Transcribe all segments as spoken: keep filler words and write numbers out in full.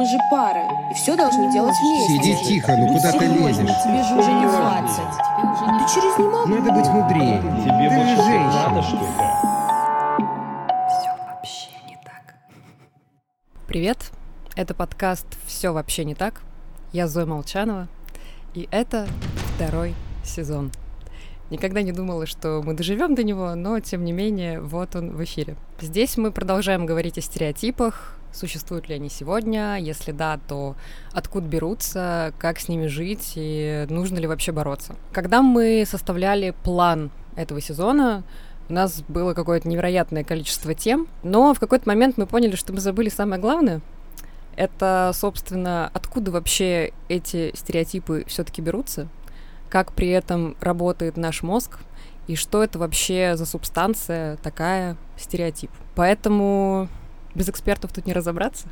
мы же пара, и все должны делать вместе. Сиди тихо, ну куда ты лезешь? Тебе же уже не двадцать. Ты через не могу. Надо быть мудрее. Тебе Ты больше же женщина. надо что-то. Все вообще не так. Привет, это подкаст «Все вообще не так». Я Зоя Молчанова, и это второй сезон. Никогда не думала, что мы доживем до него, но, тем не менее, вот он в эфире. Здесь мы продолжаем говорить о стереотипах, существуют ли они сегодня, если да, то откуда берутся, как с ними жить и нужно ли вообще бороться. Когда мы составляли план этого сезона, у нас было какое-то невероятное количество тем, но в какой-то момент мы поняли, что мы забыли самое главное. Это, собственно, откуда вообще эти стереотипы все-таки берутся, как при этом работает наш мозг и что это вообще за субстанция такая стереотип. Поэтому без экспертов тут не разобраться.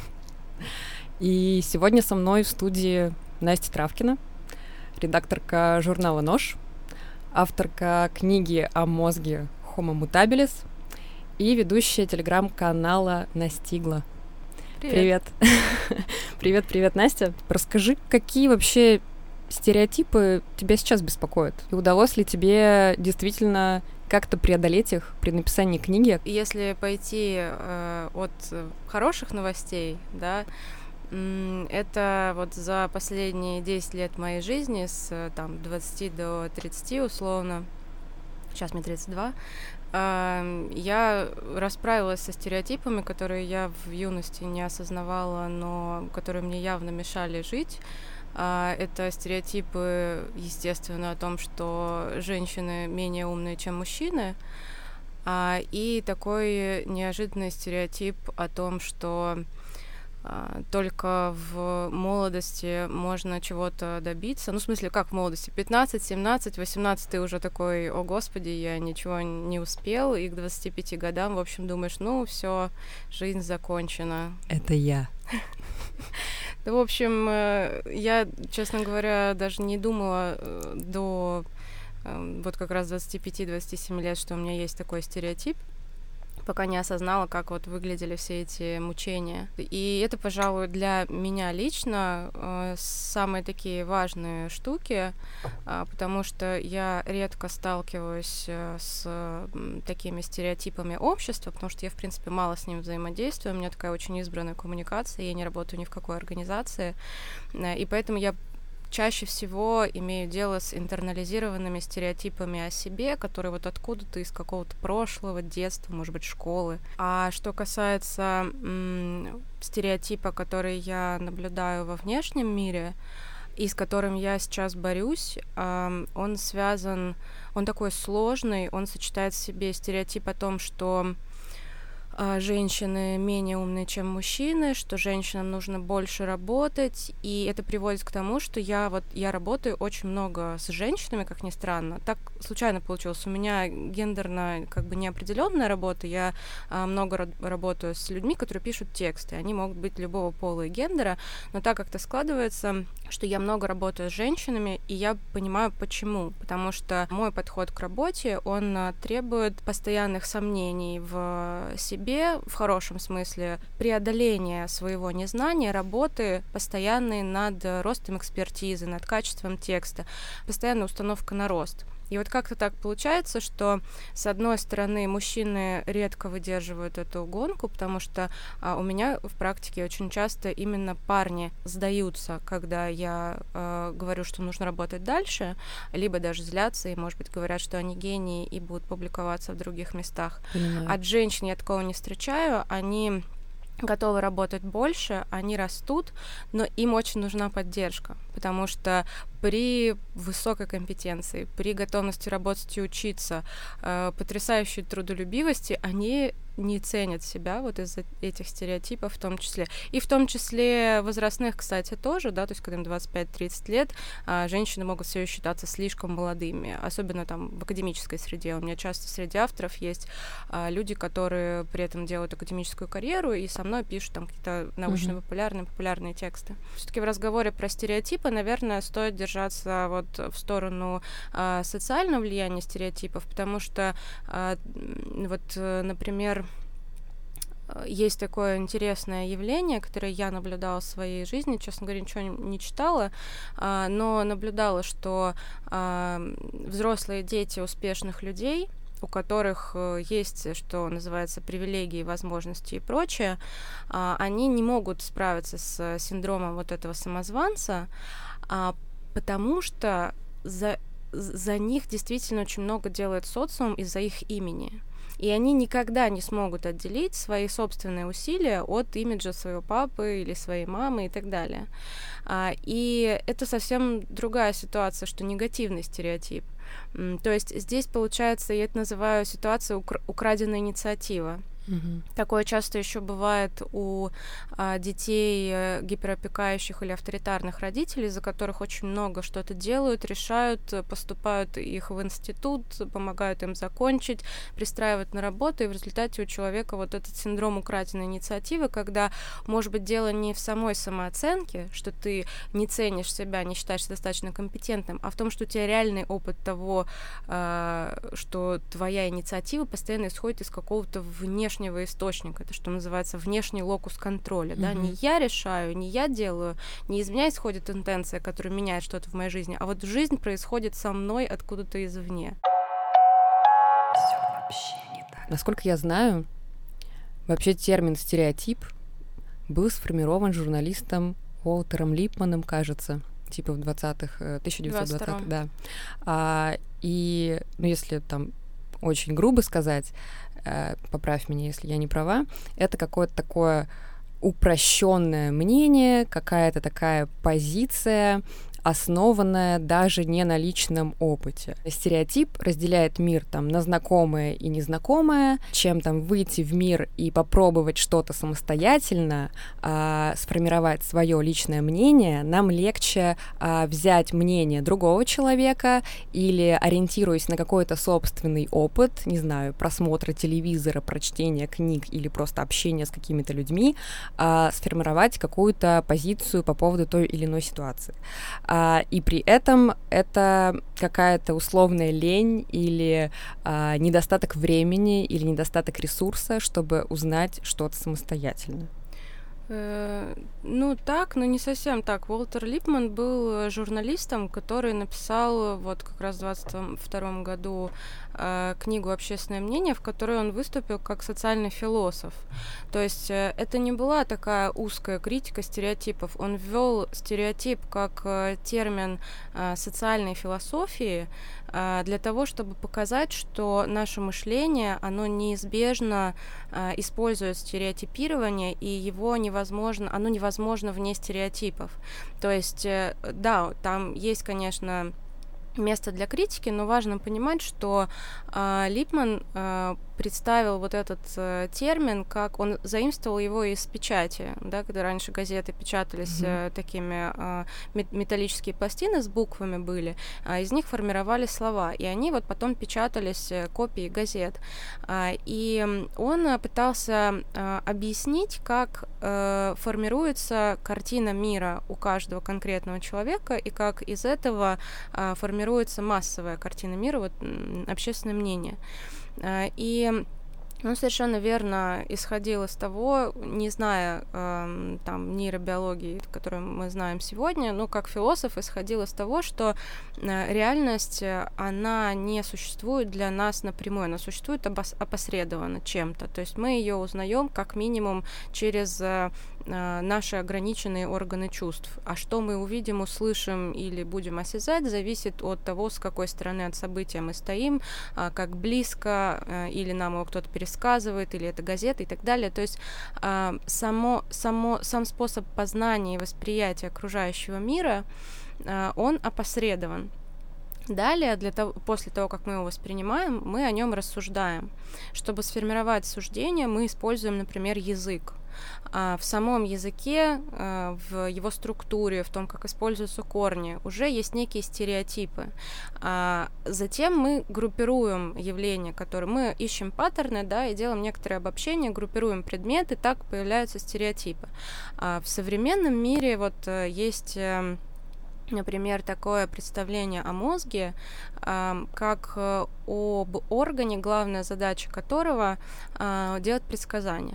И сегодня со мной в студии Настя Травкина, редакторка журнала «Нож», авторка книги о мозге Homo mutabilis и ведущая телеграм-канала «Настигла». Привет. Привет, привет, Настя. Расскажи, какие вообще стереотипы тебя сейчас беспокоят? И удалось ли тебе действительно как-то преодолеть их при написании книги? Если пойти э, от хороших новостей, да, м- это вот за последние десять лет моей жизни, с там, двадцати до тридцати условно, сейчас мне тридцать два, э, я расправилась со стереотипами, которые я в юности не осознавала, но которые мне явно мешали жить. Это стереотипы, естественно, о том, что женщины менее умные, чем мужчины, и такой неожиданный стереотип о том, что только в молодости можно чего-то добиться. Ну, в смысле, как в молодости? пятнадцать, семнадцать, восемнадцать ты уже такой: о, господи, я ничего не успел, и к двадцати пяти годам, в общем, думаешь, ну, все, жизнь закончена. Это я. Да, в общем, я, честно говоря, даже не думала до вот как раз двадцати пяти — двадцати семи лет, что у меня есть такой стереотип, пока не осознала, как вот выглядели все эти мучения. И это, пожалуй, для меня лично э, самые такие важные штуки, э, потому что я редко сталкиваюсь э, с э, такими стереотипами общества, потому что я, в принципе, мало с ним взаимодействую, у меня такая очень избранная коммуникация, я не работаю ни в какой организации, э, и поэтому я чаще всего имею дело с интернализированными стереотипами о себе, которые вот откуда-то из какого-то прошлого, детства, может быть, школы. А что касается м- стереотипа, который я наблюдаю во внешнем мире, и с которым я сейчас борюсь, э, он связан, он такой сложный, он сочетает в себе стереотип о том, что женщины менее умные, чем мужчины, что женщинам нужно больше работать, и это приводит к тому, что я вот я работаю очень много с женщинами, как ни странно. Так случайно получилось. У меня гендерно как бы неопределенная работа. Я а, много ра- работаю с людьми, которые пишут тексты. Они могут быть любого пола и гендера, но так как-то складывается, что я много работаю с женщинами, и я понимаю, почему. Потому что мой подход к работе, он а, требует постоянных сомнений в себе, в хорошем смысле, преодоление своего незнания, работы постоянной над ростом экспертизы, над качеством текста, постоянная установка на рост. И вот как-то так получается, что, с одной стороны, мужчины редко выдерживают эту гонку, потому что а, у меня в практике очень часто именно парни сдаются, когда я а, говорю, что нужно работать дальше, либо даже злятся и, может быть, говорят, что они гении и будут публиковаться в других местах. Понимаю. От женщин я такого не встречаю, они готовы работать больше, они растут, но им очень нужна поддержка, потому что при высокой компетенции, при готовности работать и учиться, э, потрясающей трудолюбивости, они не ценят себя вот из-за этих стереотипов в том числе. И в том числе возрастных, кстати, тоже, да, то есть когда им двадцать пять - тридцать лет, а, женщины могут все еще считаться слишком молодыми, особенно там в академической среде. У меня часто среди авторов есть а, люди, которые при этом делают академическую карьеру и со мной пишут там какие-то научно-популярные, популярные тексты. Все-таки в разговоре про стереотипы, наверное, стоит держаться вот в сторону а, социального влияния стереотипов, потому что а, вот, например, есть такое интересное явление, которое я наблюдала в своей жизни, честно говоря, ничего не читала, но наблюдала, что взрослые дети успешных людей, у которых есть, что называется, привилегии, возможности и прочее, они не могут справиться с синдромом вот этого самозванца, потому что за, за них действительно очень много делает социум из-за их имени. И они никогда не смогут отделить свои собственные усилия от имиджа своего папы или своей мамы и так далее. И это совсем другая ситуация, что негативный стереотип. То есть здесь, получается, я это называю ситуацией укра- украденная инициатива. Mm-hmm. Такое часто еще бывает у а, детей а, гиперопекающих или авторитарных родителей, за которых очень много что-то делают, решают, поступают их в институт, помогают им закончить, пристраивают на работу, и в результате у человека вот этот синдром украденной инициативы, когда, может быть, дело не в самой самооценке, что ты не ценишь себя, не считаешься достаточно компетентным, а в том, что у тебя реальный опыт того, а, что твоя инициатива постоянно исходит из какого-то внешнего источника, это что называется внешний локус контроля, mm-hmm. да, не я решаю, не я делаю, не из меня исходит интенция, которая меняет что-то в моей жизни, а вот жизнь происходит со мной откуда-то извне. Всё вообще не так. Насколько я знаю, вообще термин стереотип был сформирован журналистом Уолтером Липманом, кажется, типа в двадцатых, тысяча девятьсот двадцатых, да. А, и, ну, если там очень грубо сказать, поправь меня, если я не права, это какое-то такое упрощенное мнение, какая-то такая позиция, основанная даже не на личном опыте. Стереотип разделяет мир там на знакомое и незнакомое. Чем там выйти в мир и попробовать что-то самостоятельно, э, сформировать свое личное мнение, нам легче э, взять мнение другого человека или, ориентируясь на какой-то собственный опыт, не знаю, просмотра телевизора, прочтения книг или просто общения с какими-то людьми, э, сформировать какую-то позицию по поводу той или иной ситуации. И при этом это какая-то условная лень или а, недостаток времени или недостаток ресурса, чтобы узнать что-то самостоятельно. Ну так, но не совсем так. Уолтер Липман был журналистом, который написал вот как раз в двадцать втором году э, книгу «Общественное мнение», в которой он выступил как социальный философ. То есть э, это не была такая узкая критика стереотипов. Он ввел стереотип как э, термин э, социальной философии э, для того, чтобы показать, что наше мышление, оно неизбежно э, использует стереотипирование, и его невозможно Возможно, оно невозможно вне стереотипов. То есть, да, там есть, конечно, место для критики, но важно понимать, что э, Липман э, представил вот этот э, термин, как он заимствовал его из печати, да, когда раньше газеты печатались mm-hmm. э, такими э, металлические пластины с буквами были, а из них формировались слова, и они вот потом печатались э, копии газет. А, и он пытался э, объяснить, как э, формируется картина мира у каждого конкретного человека, и как из этого э, формируется массовая картина мира, вот общественное мнение. И он совершенно верно исходил из того, не зная э, там нейробиологии, которую мы знаем сегодня, но как философ исходил из того, что э, реальность, она не существует для нас напрямую, она существует обос- опосредованно чем-то. То есть мы ее узнаем как минимум через э, наши ограниченные органы чувств. А что мы увидим, услышим или будем осязать, зависит от того, с какой стороны от события мы стоим, э, как близко, э, или нам его кто-то пересказывает, сказывает, или это газета и так далее. То есть э, само, само, сам способ познания и восприятия окружающего мира, э, он опосредован. Далее, для того, после того, как мы его воспринимаем, мы о нем рассуждаем. Чтобы сформировать суждение, мы используем, например, язык. А в самом языке, в его структуре, в том, как используются корни, уже есть некие стереотипы. А затем мы группируем явления, которые мы ищем паттерны, да, и делаем некоторые обобщения, группируем предметы, так появляются стереотипы. А в современном мире вот есть, например, такое представление о мозге, как об органе, главная задача которого делать предсказания.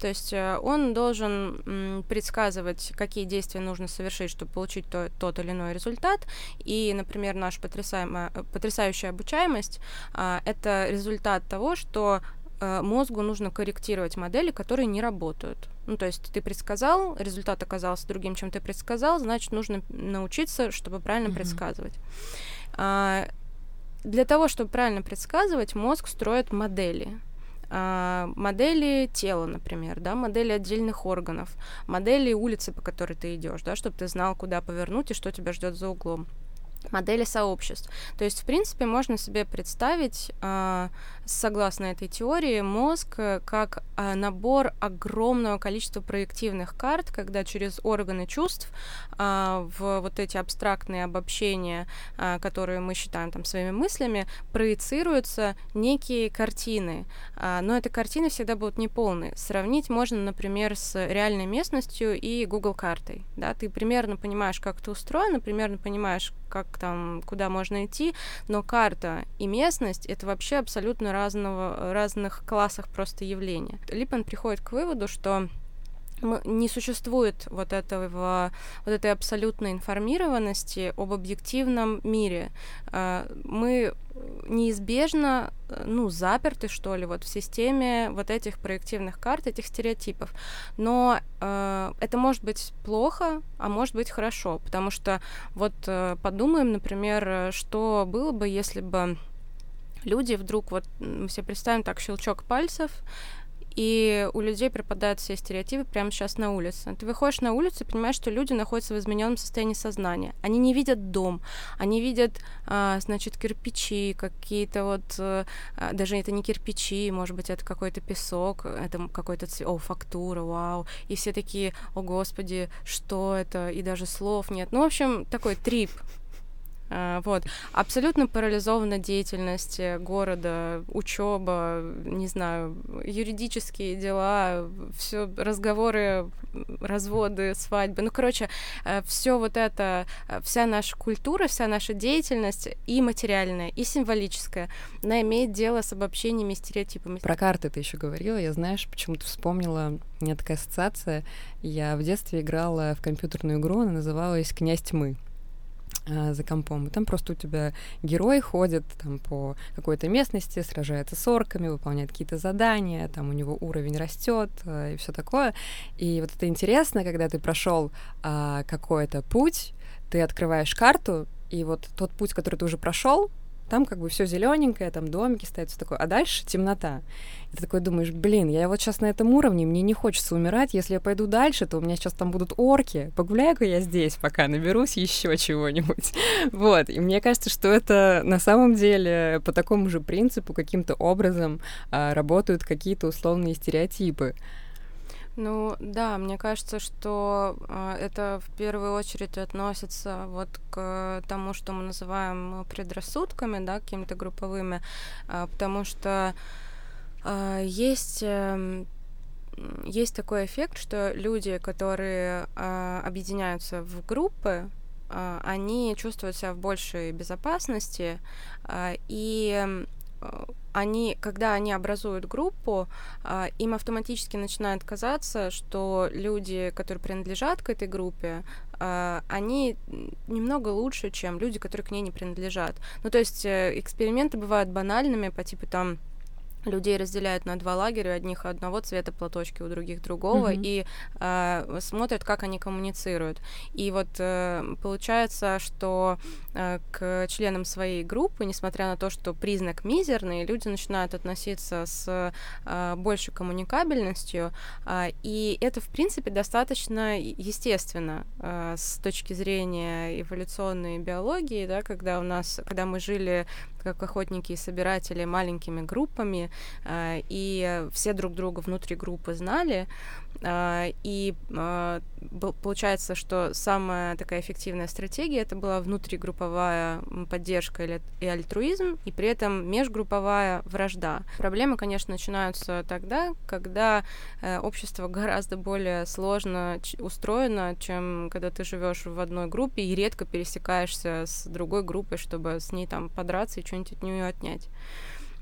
То есть э, он должен м, предсказывать, какие действия нужно совершить, чтобы получить то, тот или иной результат. И, например, наша потрясаемая, потрясающая обучаемость э, — это результат того, что э, мозгу нужно корректировать модели, которые не работают. Ну, то есть ты предсказал, результат оказался другим, чем ты предсказал, значит, нужно научиться, чтобы правильно mm-hmm. предсказывать. А, для того, чтобы правильно предсказывать, мозг строит модели. А, модели тела, например, да, модели отдельных органов, модели улицы, по которой ты идешь, да, чтобы ты знал, куда повернуть и что тебя ждет за углом. Модели сообществ. То есть, в принципе, можно себе представить, э, согласно этой теории, мозг как э, набор огромного количества проективных карт, когда через органы чувств э, в вот эти абстрактные обобщения, э, которые мы считаем там своими мыслями, проецируются некие картины. Э, но эти картины всегда будут неполные. Сравнить можно, например, с реальной местностью и Google картой. Да? Ты примерно понимаешь, как это устроено, примерно понимаешь, как там, куда можно идти, но карта и местность — это вообще абсолютно разного, разных классах просто явления. Липман приходит к выводу, что не существует вот этого, вот этой абсолютной информированности об объективном мире. Мы неизбежно, ну, заперты, что ли, вот в системе вот этих проективных карт, этих стереотипов. Но э, это может быть плохо, а может быть хорошо, потому что вот э, подумаем, например, что было бы, если бы люди вдруг, вот мы себе представим так, щелчок пальцев, и у людей пропадают все стереотипы прямо сейчас на улице. Ты выходишь на улицу и понимаешь, что люди находятся в измененном состоянии сознания. Они не видят дом, они видят, а, значит, кирпичи, какие-то вот, а, даже это не кирпичи, может быть, это какой-то песок, это какой-то цвет, о, фактура, вау. И все такие: о, господи, что это? И даже слов нет. Ну, в общем, такой трип. Вот. Абсолютно парализована деятельность города, учеба, не знаю, юридические дела, все разговоры, разводы, свадьбы. Ну, короче, все вот это, вся наша культура, вся наша деятельность и материальная, и символическая, она имеет дело с обобщениями, стереотипами. Про карты ты еще говорила, я, знаешь, почему-то вспомнила, у меня такая ассоциация. Я в детстве играла в компьютерную игру, она называлась «Князь тьмы» за компом. И там просто у тебя герой ходит там по какой-то местности, сражается с орками, выполняет какие-то задания, там у него уровень растет и все такое. И вот это интересно, когда ты прошел а, какой-то путь, ты открываешь карту, и вот тот путь, который ты уже прошел, там как бы все зелененькое, там домики стоят, все такое, а дальше темнота. И ты такой думаешь: блин, я вот сейчас на этом уровне, мне не хочется умирать, если я пойду дальше, то у меня сейчас там будут орки, погуляю-ка я здесь, пока наберусь еще чего-нибудь. Вот, и мне кажется, что это на самом деле по такому же принципу каким-то образом а, работают какие-то условные стереотипы. Ну да, мне кажется, что э, это в первую очередь относится вот к тому, что мы называем предрассудками, да, какими-то групповыми, э, потому что э, есть, э, есть такой эффект, что люди, которые э, объединяются в группы, э, они чувствуют себя в большей безопасности, э, и они, когда они образуют группу, им автоматически начинает казаться, что люди, которые принадлежат к этой группе, они немного лучше, чем люди, которые к ней не принадлежат. Ну, то есть эксперименты бывают банальными, по типу там людей разделяют на два лагеря, у одних одного цвета платочки, у других другого, mm-hmm. и э, смотрят, как они коммуницируют. И вот э, получается, что э, к членам своей группы, несмотря на то, что признак мизерный, люди начинают относиться с э, большей коммуникабельностью, э, и это, в принципе, достаточно естественно э, с точки зрения эволюционной биологии, да, когда у нас, когда мы жили как охотники и собиратели маленькими группами, э, и все друг друга внутри группы знали, э, и э, получается, что самая такая эффективная стратегия — это была внутригрупповая поддержка и альтруизм, и при этом межгрупповая вражда. Проблемы, конечно, начинаются тогда, когда э, общество гораздо более сложно ч- устроено, чем когда ты живешь в одной группе и редко пересекаешься с другой группой, чтобы с ней там подраться и что-нибудь от нее отнять.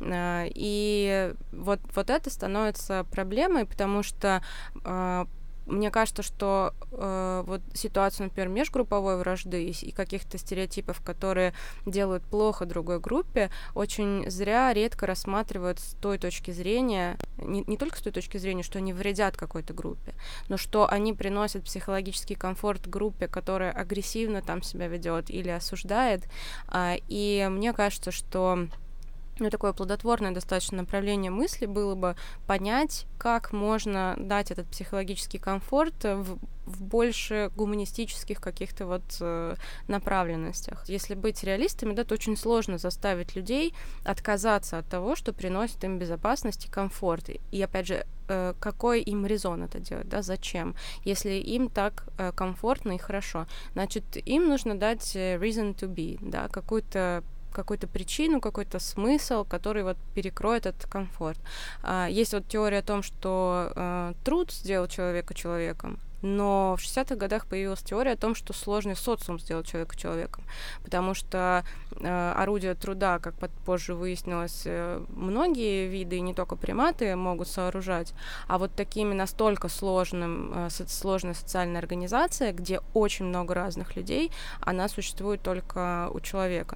И вот, вот это становится проблемой, потому что мне кажется, что э, вот ситуацию, например, межгрупповой вражды и каких-то стереотипов, которые делают плохо другой группе, очень зря, редко рассматривают с той точки зрения, не, не только с той точки зрения, что они вредят какой-то группе, но что они приносят психологический комфорт группе, которая агрессивно там себя ведет или осуждает. Э, и мне кажется, что ну, такое плодотворное достаточно направление мысли было бы понять, как можно дать этот психологический комфорт в, в больше гуманистических каких-то вот э, направленностях. Если быть реалистами, да, то очень сложно заставить людей отказаться от того, что приносит им безопасность и комфорт. И, опять же, э, какой им резон это делать, да, зачем? Если им так э, комфортно и хорошо, значит, им нужно дать reason to be, да, какую-то какую-то причину, какой-то смысл, который вот перекроет этот комфорт. А, есть вот теория о том, что а, труд сделал человека человеком, но в шестидесятых годах появилась теория о том, что сложный социум сделал человека человеком, потому что э, орудия труда, как позже выяснилось, э, многие виды, и не только приматы, могут сооружать, а вот такими настолько сложным, э, со- сложной социальной организацией, где очень много разных людей, она существует только у человека.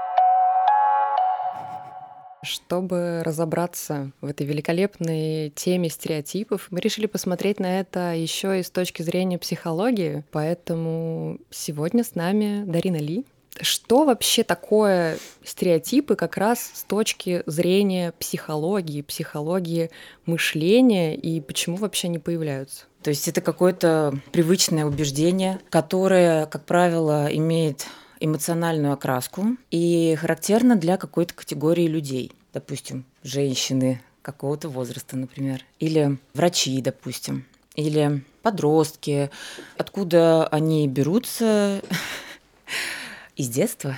Чтобы разобраться в этой великолепной теме стереотипов, мы решили посмотреть на это еще и с точки зрения психологии. Поэтому сегодня с нами Дарина Ли. Что вообще такое стереотипы как раз с точки зрения психологии, психологии мышления, и почему вообще они появляются? То есть это какое-то привычное убеждение, которое, как правило, имеет эмоциональную окраску и характерно для какой-то категории людей. Допустим, женщины какого-то возраста, например, или врачи, допустим, или подростки. Откуда они берутся? Из детства.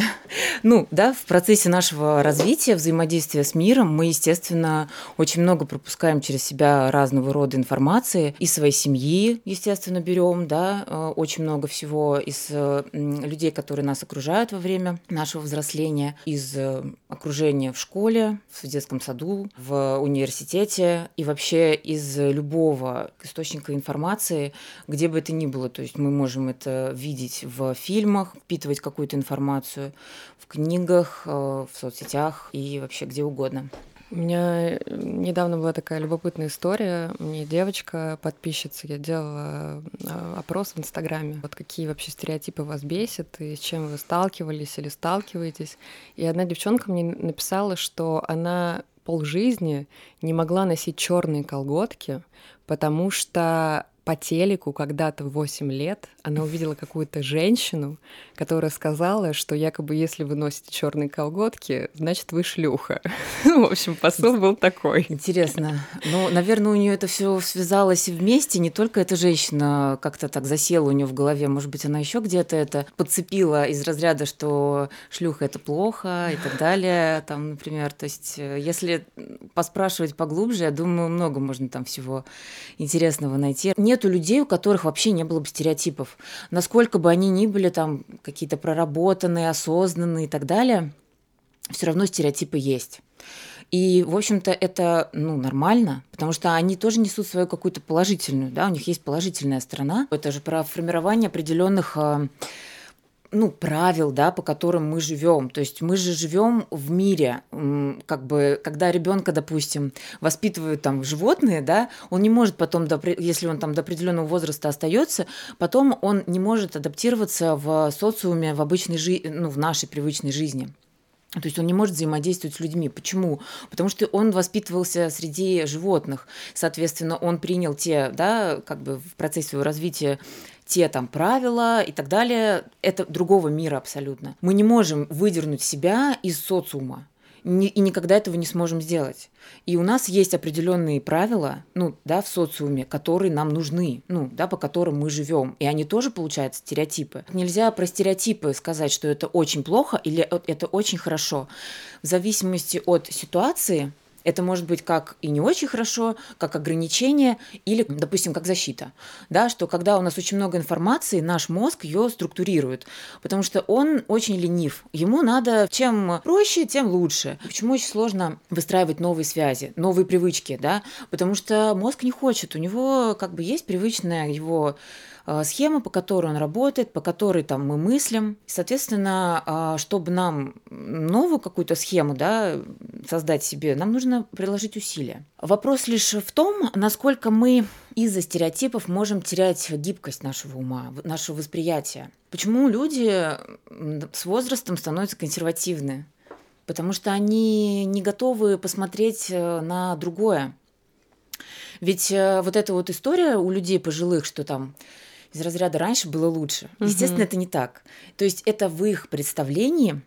Ну, да, в процессе нашего развития, взаимодействия с миром мы, естественно, очень много пропускаем через себя разного рода информации. Из своей семьи, естественно, берем, да, очень много всего из людей, которые нас окружают во время нашего взросления, из окружения в школе, в детском саду, в университете и вообще из любого источника информации, где бы это ни было. То есть мы можем это видеть в фильмах, впитывать какую-то информацию, в книгах, в соцсетях и вообще где угодно. У меня недавно была такая любопытная история. Мне девочка, подписчица, я делала опрос в Инстаграме. Вот какие вообще стереотипы вас бесят и с чем вы сталкивались или сталкиваетесь. И одна девчонка мне написала, что она полжизни не могла носить черные колготки, потому что по телеку когда-то в восемь лет она увидела какую-то женщину, которая сказала, что якобы если вы носите черные колготки, значит вы шлюха. В общем, посыл был такой. Интересно. Ну, наверное, у нее это все связалось вместе. Не только эта женщина как-то так засела у нее в голове, может быть, она еще где-то это подцепила из разряда, что шлюха это плохо и так далее. Там, например, то есть, если поспрашивать поглубже, я думаю, много можно там всего интересного найти. Нету людей, у которых вообще не было бы стереотипов. Насколько бы они ни были там какие-то проработанные, осознанные и так далее, все равно стереотипы есть. И, в общем-то, это ну, нормально, потому что они тоже несут свою какую-то положительную, да, у них есть положительная сторона. Это же про формирование определенных ну, правил, да, по которым мы живем. То есть мы же живем в мире, как бы, когда ребенка, допустим, воспитывают там животные, да, он не может потом, если он там до определенного возраста остается, потом он не может адаптироваться в социуме, в обычной жизни, ну, в нашей привычной жизни. То есть он не может взаимодействовать с людьми. Почему? Потому что он воспитывался среди животных. Соответственно, он принял те, да, как бы в процессе своего развития те там правила и так далее. Это другого мира абсолютно. Мы не можем выдернуть себя из социума. И никогда этого не сможем сделать. И у нас есть определенные правила, ну, да, в социуме, которые нам нужны, ну, да, по которым мы живем. И они тоже, получаются, стереотипы. Нельзя про стереотипы сказать, что это очень плохо или это очень хорошо. В зависимости от ситуации Это может быть как и не очень хорошо, как ограничение или, допустим, как защита. Да, что когда у нас очень много информации, наш мозг ее структурирует, потому что он очень ленив. Ему надо чем проще, тем лучше. Почему очень сложно выстраивать новые связи, новые привычки, да? Потому что мозг не хочет, у него как бы есть привычная его схема, по которой он работает, по которой там мы мыслим. Соответственно, чтобы нам новую какую-то схему, да, создать себе, нам нужно приложить усилия. Вопрос лишь в том, насколько мы из-за стереотипов можем терять гибкость нашего ума, нашего восприятия. Почему люди с возрастом становятся консервативны? Потому что они не готовы посмотреть на другое. Ведь вот эта вот история у людей пожилых, что там из разряда раньше было лучше. Естественно, угу. это не так. То есть это в их представлении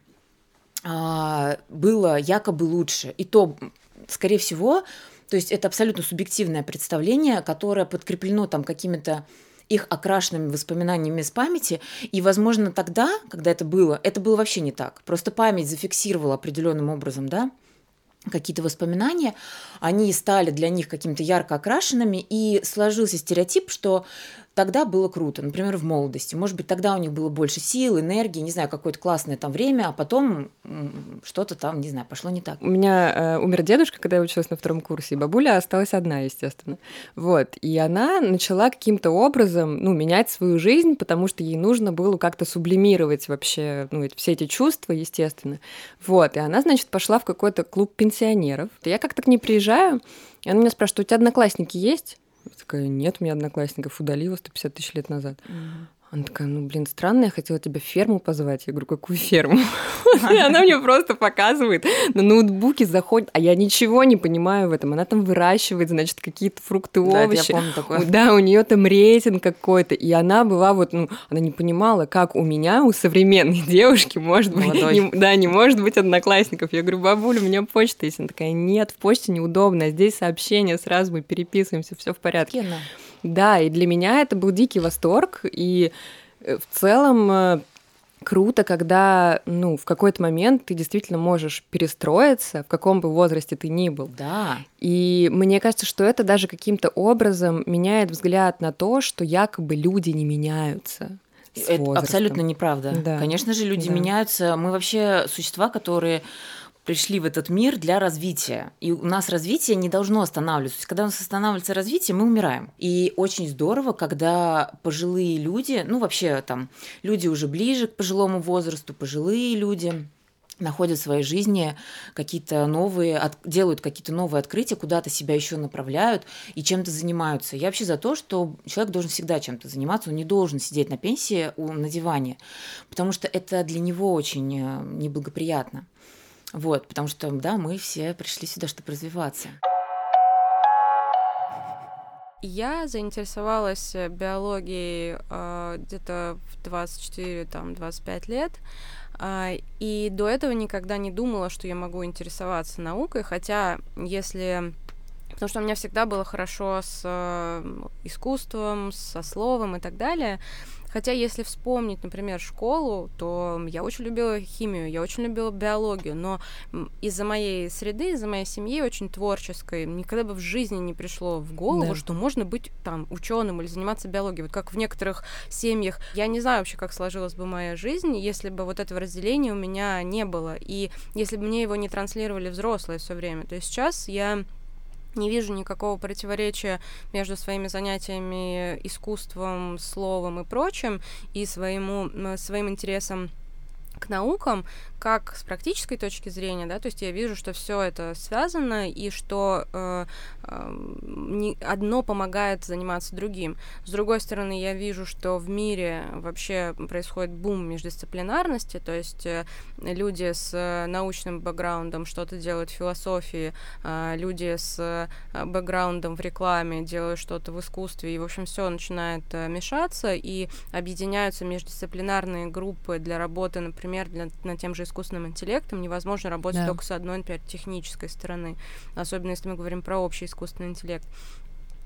а, было якобы лучше. И то, скорее всего, то есть это абсолютно субъективное представление, которое подкреплено там какими-то их окрашенными воспоминаниями из памяти. И, возможно, тогда, когда это было, это было вообще не так. Просто память зафиксировала определенным образом, да, какие-то воспоминания, они стали для них какими-то ярко окрашенными, и сложился стереотип, что тогда было круто, например, в молодости. Может быть, тогда у них было больше сил, энергии, не знаю, какое-то классное там время, а потом что-то там, не знаю, пошло не так. У меня э, умер дедушка, когда я училась на втором курсе, и бабуля осталась одна, естественно. Вот. И она начала каким-то образом, ну, менять свою жизнь, потому что ей нужно было как-то сублимировать вообще, ну, все эти чувства, естественно. Вот. И она, значит, пошла в какой-то клуб пенсионеров. Я как-то к ней приезжаю, и она меня спрашивает: у тебя одноклассники есть? Я такая: нет, у меня одноклассников, удалила сто пятьдесят тысяч лет назад. Mm-hmm. Она такая: ну, блин, странно, я хотела тебя в ферму позвать. Я говорю: какую ферму? И она мне просто показывает, на ноутбуке заходит, а я ничего не понимаю в этом. Она там выращивает, значит, какие-то фрукты, овощи. Да, я помню такое. Да, у нее там рейтинг какой-то. И она была вот, ну, она не понимала, как у меня, у современной девушки, может быть, не, да, не может быть одноклассников. Я говорю: бабуля, у меня почта есть. Она такая: нет, в почте неудобно, а здесь сообщения, сразу мы переписываемся, все в порядке. Кена. Да, и для меня это был дикий восторг, и в целом круто, когда, ну, в какой-то момент ты действительно можешь перестроиться, в каком бы возрасте ты ни был. Да. И мне кажется, что это даже каким-то образом меняет взгляд на то, что якобы люди не меняются. Это абсолютно неправда. Да. Конечно же, люди да. меняются. Мы вообще существа, которые пришли в этот мир для развития. И у нас развитие не должно останавливаться. То есть, когда у нас останавливается развитие, мы умираем. И очень здорово, когда пожилые люди, ну вообще там люди уже ближе к пожилому возрасту, пожилые люди находят в своей жизни какие-то новые, от, делают какие-то новые открытия, куда-то себя еще направляют и чем-то занимаются. Я вообще за то, что человек должен всегда чем-то заниматься, он не должен сидеть на пенсии на диване, потому что это для него очень неблагоприятно. Вот, потому что, да, мы все пришли сюда, чтобы развиваться. Я заинтересовалась биологией э, где-то в двадцать четыре двадцать пять лет, э, и до этого никогда не думала, что я могу интересоваться наукой, хотя если... Потому что у меня всегда было хорошо с э, искусством, со словом и так далее. Хотя, если вспомнить, например, школу, то я очень любила химию, я очень любила биологию, но из-за моей среды, из-за моей семьи очень творческой, никогда бы в жизни не пришло в голову, да. что можно быть там ученым или заниматься биологией. Вот как в некоторых семьях. Я не знаю вообще, как сложилась бы моя жизнь, если бы вот этого разделения у меня не было, и если бы мне его не транслировали взрослые все время. То есть сейчас я не вижу никакого противоречия между своими занятиями искусством, словом и прочим и своему, своим интересом к наукам, как с практической точки зрения, да, то есть я вижу, что все это связано и что э, э, не, одно помогает заниматься другим. С другой стороны, я вижу, что в мире вообще происходит бум междисциплинарности, то есть э, люди с научным бэкграундом что-то делают в философии, э, люди с бэкграундом в рекламе делают что-то в искусстве, и, в общем, все начинает э, мешаться, и объединяются междисциплинарные группы для работы, например, для, над тем же искусственным интеллектом. Невозможно работать да. только с одной, например, технической стороны, особенно если мы говорим про общий искусственный интеллект.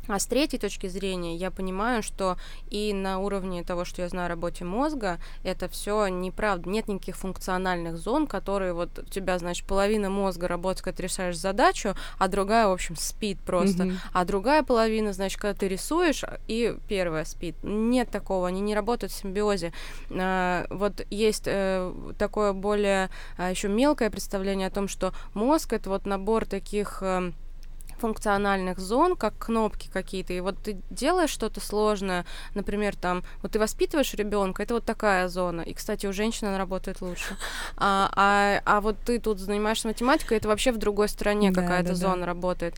А с третьей точки зрения я понимаю, что и на уровне того, что я знаю о работе мозга, это все неправда. Нет никаких функциональных зон, которые вот у тебя, значит, половина мозга работает, когда ты решаешь задачу, а другая, в общем, спит просто. Mm-hmm. А другая половина, значит, когда ты рисуешь, и первая спит. Нет такого, они не работают в симбиозе. А, вот есть э, такое более а, еще мелкое представление о том, что мозг — это вот набор таких... Э, функциональных зон, как кнопки какие-то, и вот ты делаешь что-то сложное, например, там, вот ты воспитываешь ребенка, это вот такая зона, и, кстати, у женщин она работает лучше, а, а, а вот ты тут занимаешься математикой, это вообще в другой стороне да, какая-то да, зона да. работает,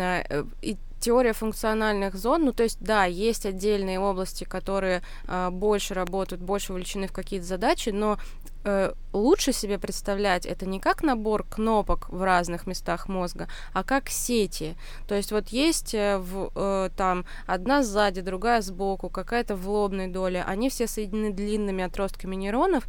и теория функциональных зон, ну, то есть, да, есть отдельные области, которые а, больше работают, больше вовлечены в какие-то задачи, но э, лучше себе представлять это не как набор кнопок в разных местах мозга, а как сети. То есть вот есть э, в, э, там одна сзади, другая сбоку, какая-то в лобной доле, они все соединены длинными отростками нейронов.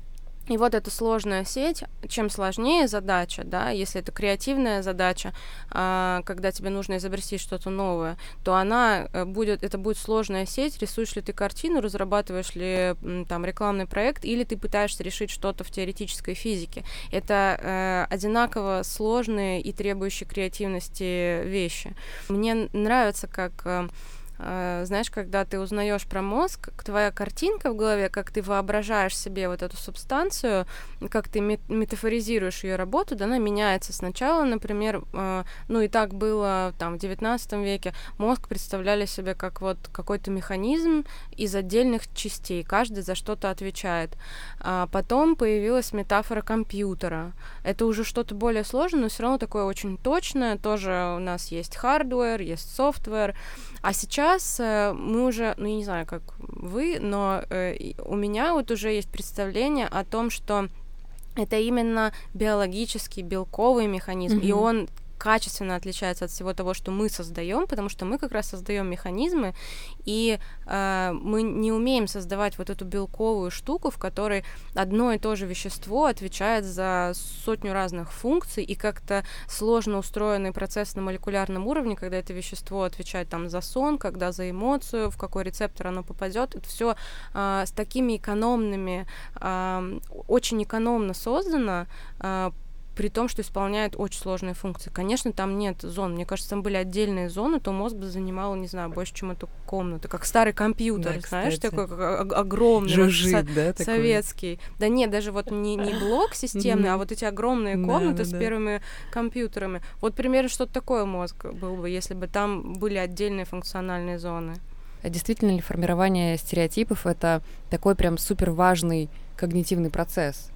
И вот эта сложная сеть, чем сложнее задача, да, если это креативная задача, а, когда тебе нужно изобрести что-то новое, то она будет, это будет сложная сеть, рисуешь ли ты картину, разрабатываешь ли там рекламный проект, или ты пытаешься решить что-то в теоретической физике. Это э, одинаково сложные и требующие креативности вещи. Мне нравится, как... Э, знаешь, когда ты узнаешь про мозг, твоя картинка в голове, как ты воображаешь себе вот эту субстанцию, как ты метафоризируешь ее работу, да, она меняется. Сначала, например, ну и так было там в девятнадцатом веке, мозг представляли себе как вот какой-то механизм из отдельных частей, каждый за что-то отвечает. А потом появилась метафора компьютера. Это уже что-то более сложное, но все равно такое очень точное. Тоже у нас есть хардвер, есть софтвер. А сейчас э, мы уже, ну, я не знаю, как вы, но э, у меня вот уже есть представление о том, что это именно биологический белковый механизм, mm-hmm. и он качественно отличается от всего того, что мы создаем, потому что мы как раз создаем механизмы, и э, мы не умеем создавать вот эту белковую штуку, в которой одно и то же вещество отвечает за сотню разных функций, и как-то сложно устроенный процесс на молекулярном уровне, когда это вещество отвечает там за сон, когда за эмоцию, в какой рецептор оно попадет, это все э, с такими экономными, э, очень экономно создано, э, при том, что исполняет очень сложные функции. Конечно, там нет зон. Мне кажется, там были отдельные зоны, то мозг бы занимал, не знаю, больше, чем эту комнату. Как старый компьютер, да, знаешь, такой как, огромный, Жужжит, со- да, советский. Такой? Да нет, даже вот не, не блок системный, а вот эти огромные комнаты да, с да. первыми компьютерами. Вот примерно что-то такое мозг был бы, если бы там были отдельные функциональные зоны. Действительно ли формирование стереотипов — это такой прям супер важный когнитивный процесс?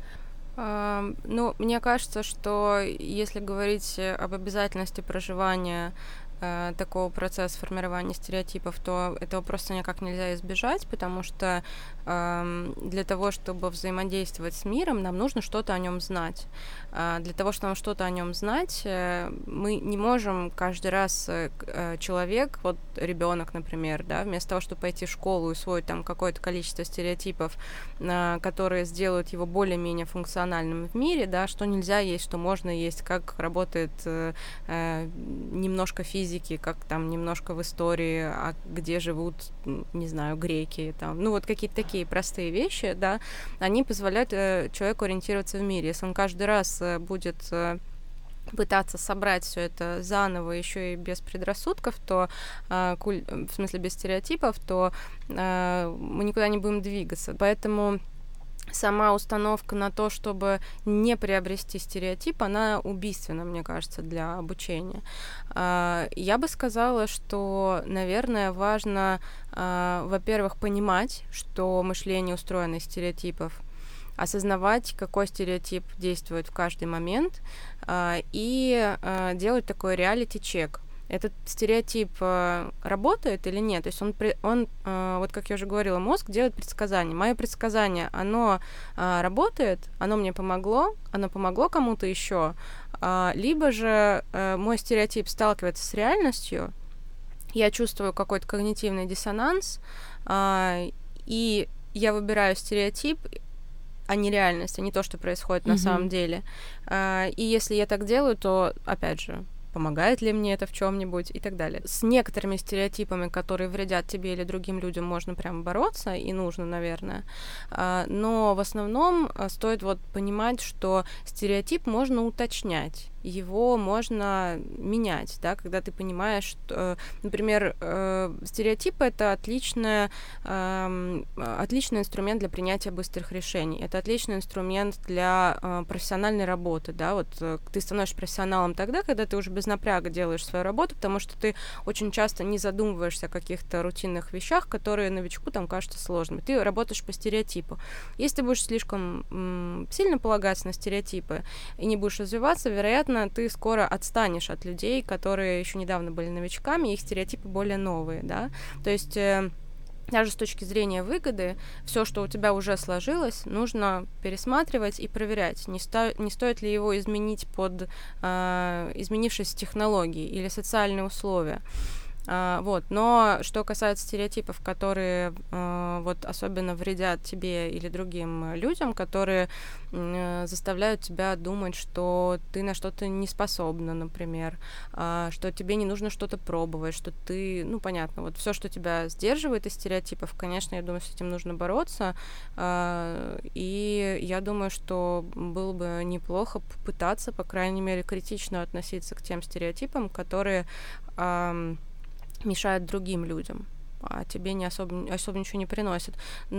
Uh, ну, мне кажется, что если говорить об обязательности проживания uh, такого процесса формирования стереотипов, то этого просто никак нельзя избежать, потому что uh, для того, чтобы взаимодействовать с миром, нам нужно что-то о нем знать. Uh, для того, чтобы нам что-то о нем знать, uh, мы не можем каждый раз uh, человек, вот ребенок, например, да, вместо того, чтобы пойти в школу и усвоить там какое-то количество стереотипов, uh, которые сделают его более-менее функциональным в мире, да, что нельзя есть, что можно есть, как работает uh, uh, немножко физики, как там немножко в истории, а где живут, не знаю, греки, там, ну вот какие-то такие простые вещи, да, они позволяют uh, человеку ориентироваться в мире. Если он каждый раз uh, будет uh, пытаться собрать все это заново, еще и без предрассудков, то uh, куль... в смысле без стереотипов, то uh, мы никуда не будем двигаться. Поэтому сама установка на то, чтобы не приобрести стереотип, она убийственна, мне кажется, для обучения. Я бы сказала, что, наверное, важно, во-первых, понимать, что мышление устроено из стереотипов, осознавать, какой стереотип действует в каждый момент, и делать такой реалити-чек. Этот стереотип э, работает или нет? То есть он, он э, вот как я уже говорила, мозг делает предсказание. Мое предсказание, оно э, работает, оно мне помогло, оно помогло кому-то еще, э, либо же э, мой стереотип сталкивается с реальностью, я чувствую какой-то когнитивный диссонанс, э, и я выбираю стереотип, а не реальность, а не то, что происходит mm-hmm. на самом деле. Э, и если я так делаю, то, опять же, помогает ли мне это в чем-нибудь и так далее. С некоторыми стереотипами, которые вредят тебе или другим людям, можно прям бороться, и нужно, наверное. Но в основном стоит вот понимать, что стереотип можно уточнять, его можно менять, да, когда ты понимаешь, что, например, стереотип — это отличная, отличный инструмент для принятия быстрых решений, это отличный инструмент для профессиональной работы, да, вот ты становишься профессионалом тогда, когда ты уже без напряга делаешь свою работу, потому что ты очень часто не задумываешься о каких-то рутинных вещах, которые новичку там кажутся сложными, ты работаешь по стереотипу. Если ты будешь слишком м, сильно полагаться на стереотипы и не будешь развиваться, вероятно, ты скоро отстанешь от людей, которые еще недавно были новичками, их стереотипы более новые, да, то есть э, даже с точки зрения выгоды, все, что у тебя уже сложилось, нужно пересматривать и проверять, не, сто, не стоит ли его изменить под э, изменившиеся технологии или социальные условия. Uh, вот. Но что касается стереотипов, которые uh, вот особенно вредят тебе или другим людям, которые uh, заставляют тебя думать, что ты на что-то не способна, например, uh, что тебе не нужно что-то пробовать, что ты, ну, понятно, вот все, что тебя сдерживает из стереотипов, конечно, я думаю, с этим нужно бороться, uh, и я думаю, что было бы неплохо попытаться, по крайней мере, критично относиться к тем стереотипам, которые uh, мешают другим людям, а тебе не особо, особо ничего не приносит.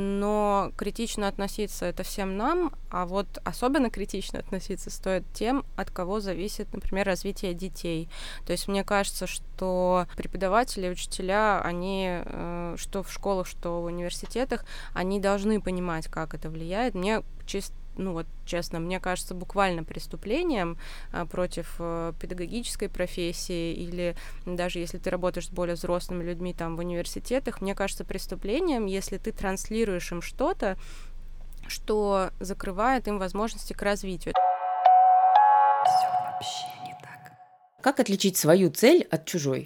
Но критично относиться это всем нам, а вот особенно критично относиться стоит тем, от кого зависит, например, развитие детей. То есть мне кажется, что преподаватели, учителя, они, что в школах, что в университетах, они должны понимать, как это влияет. Мне чисто ну вот, честно, мне кажется, буквально преступлением а, против а, педагогической профессии, или даже если ты работаешь с более взрослыми людьми там в университетах, мне кажется, преступлением, если ты транслируешь им что-то, что закрывает им возможности к развитию. Все вообще не так. Как отличить свою цель от чужой?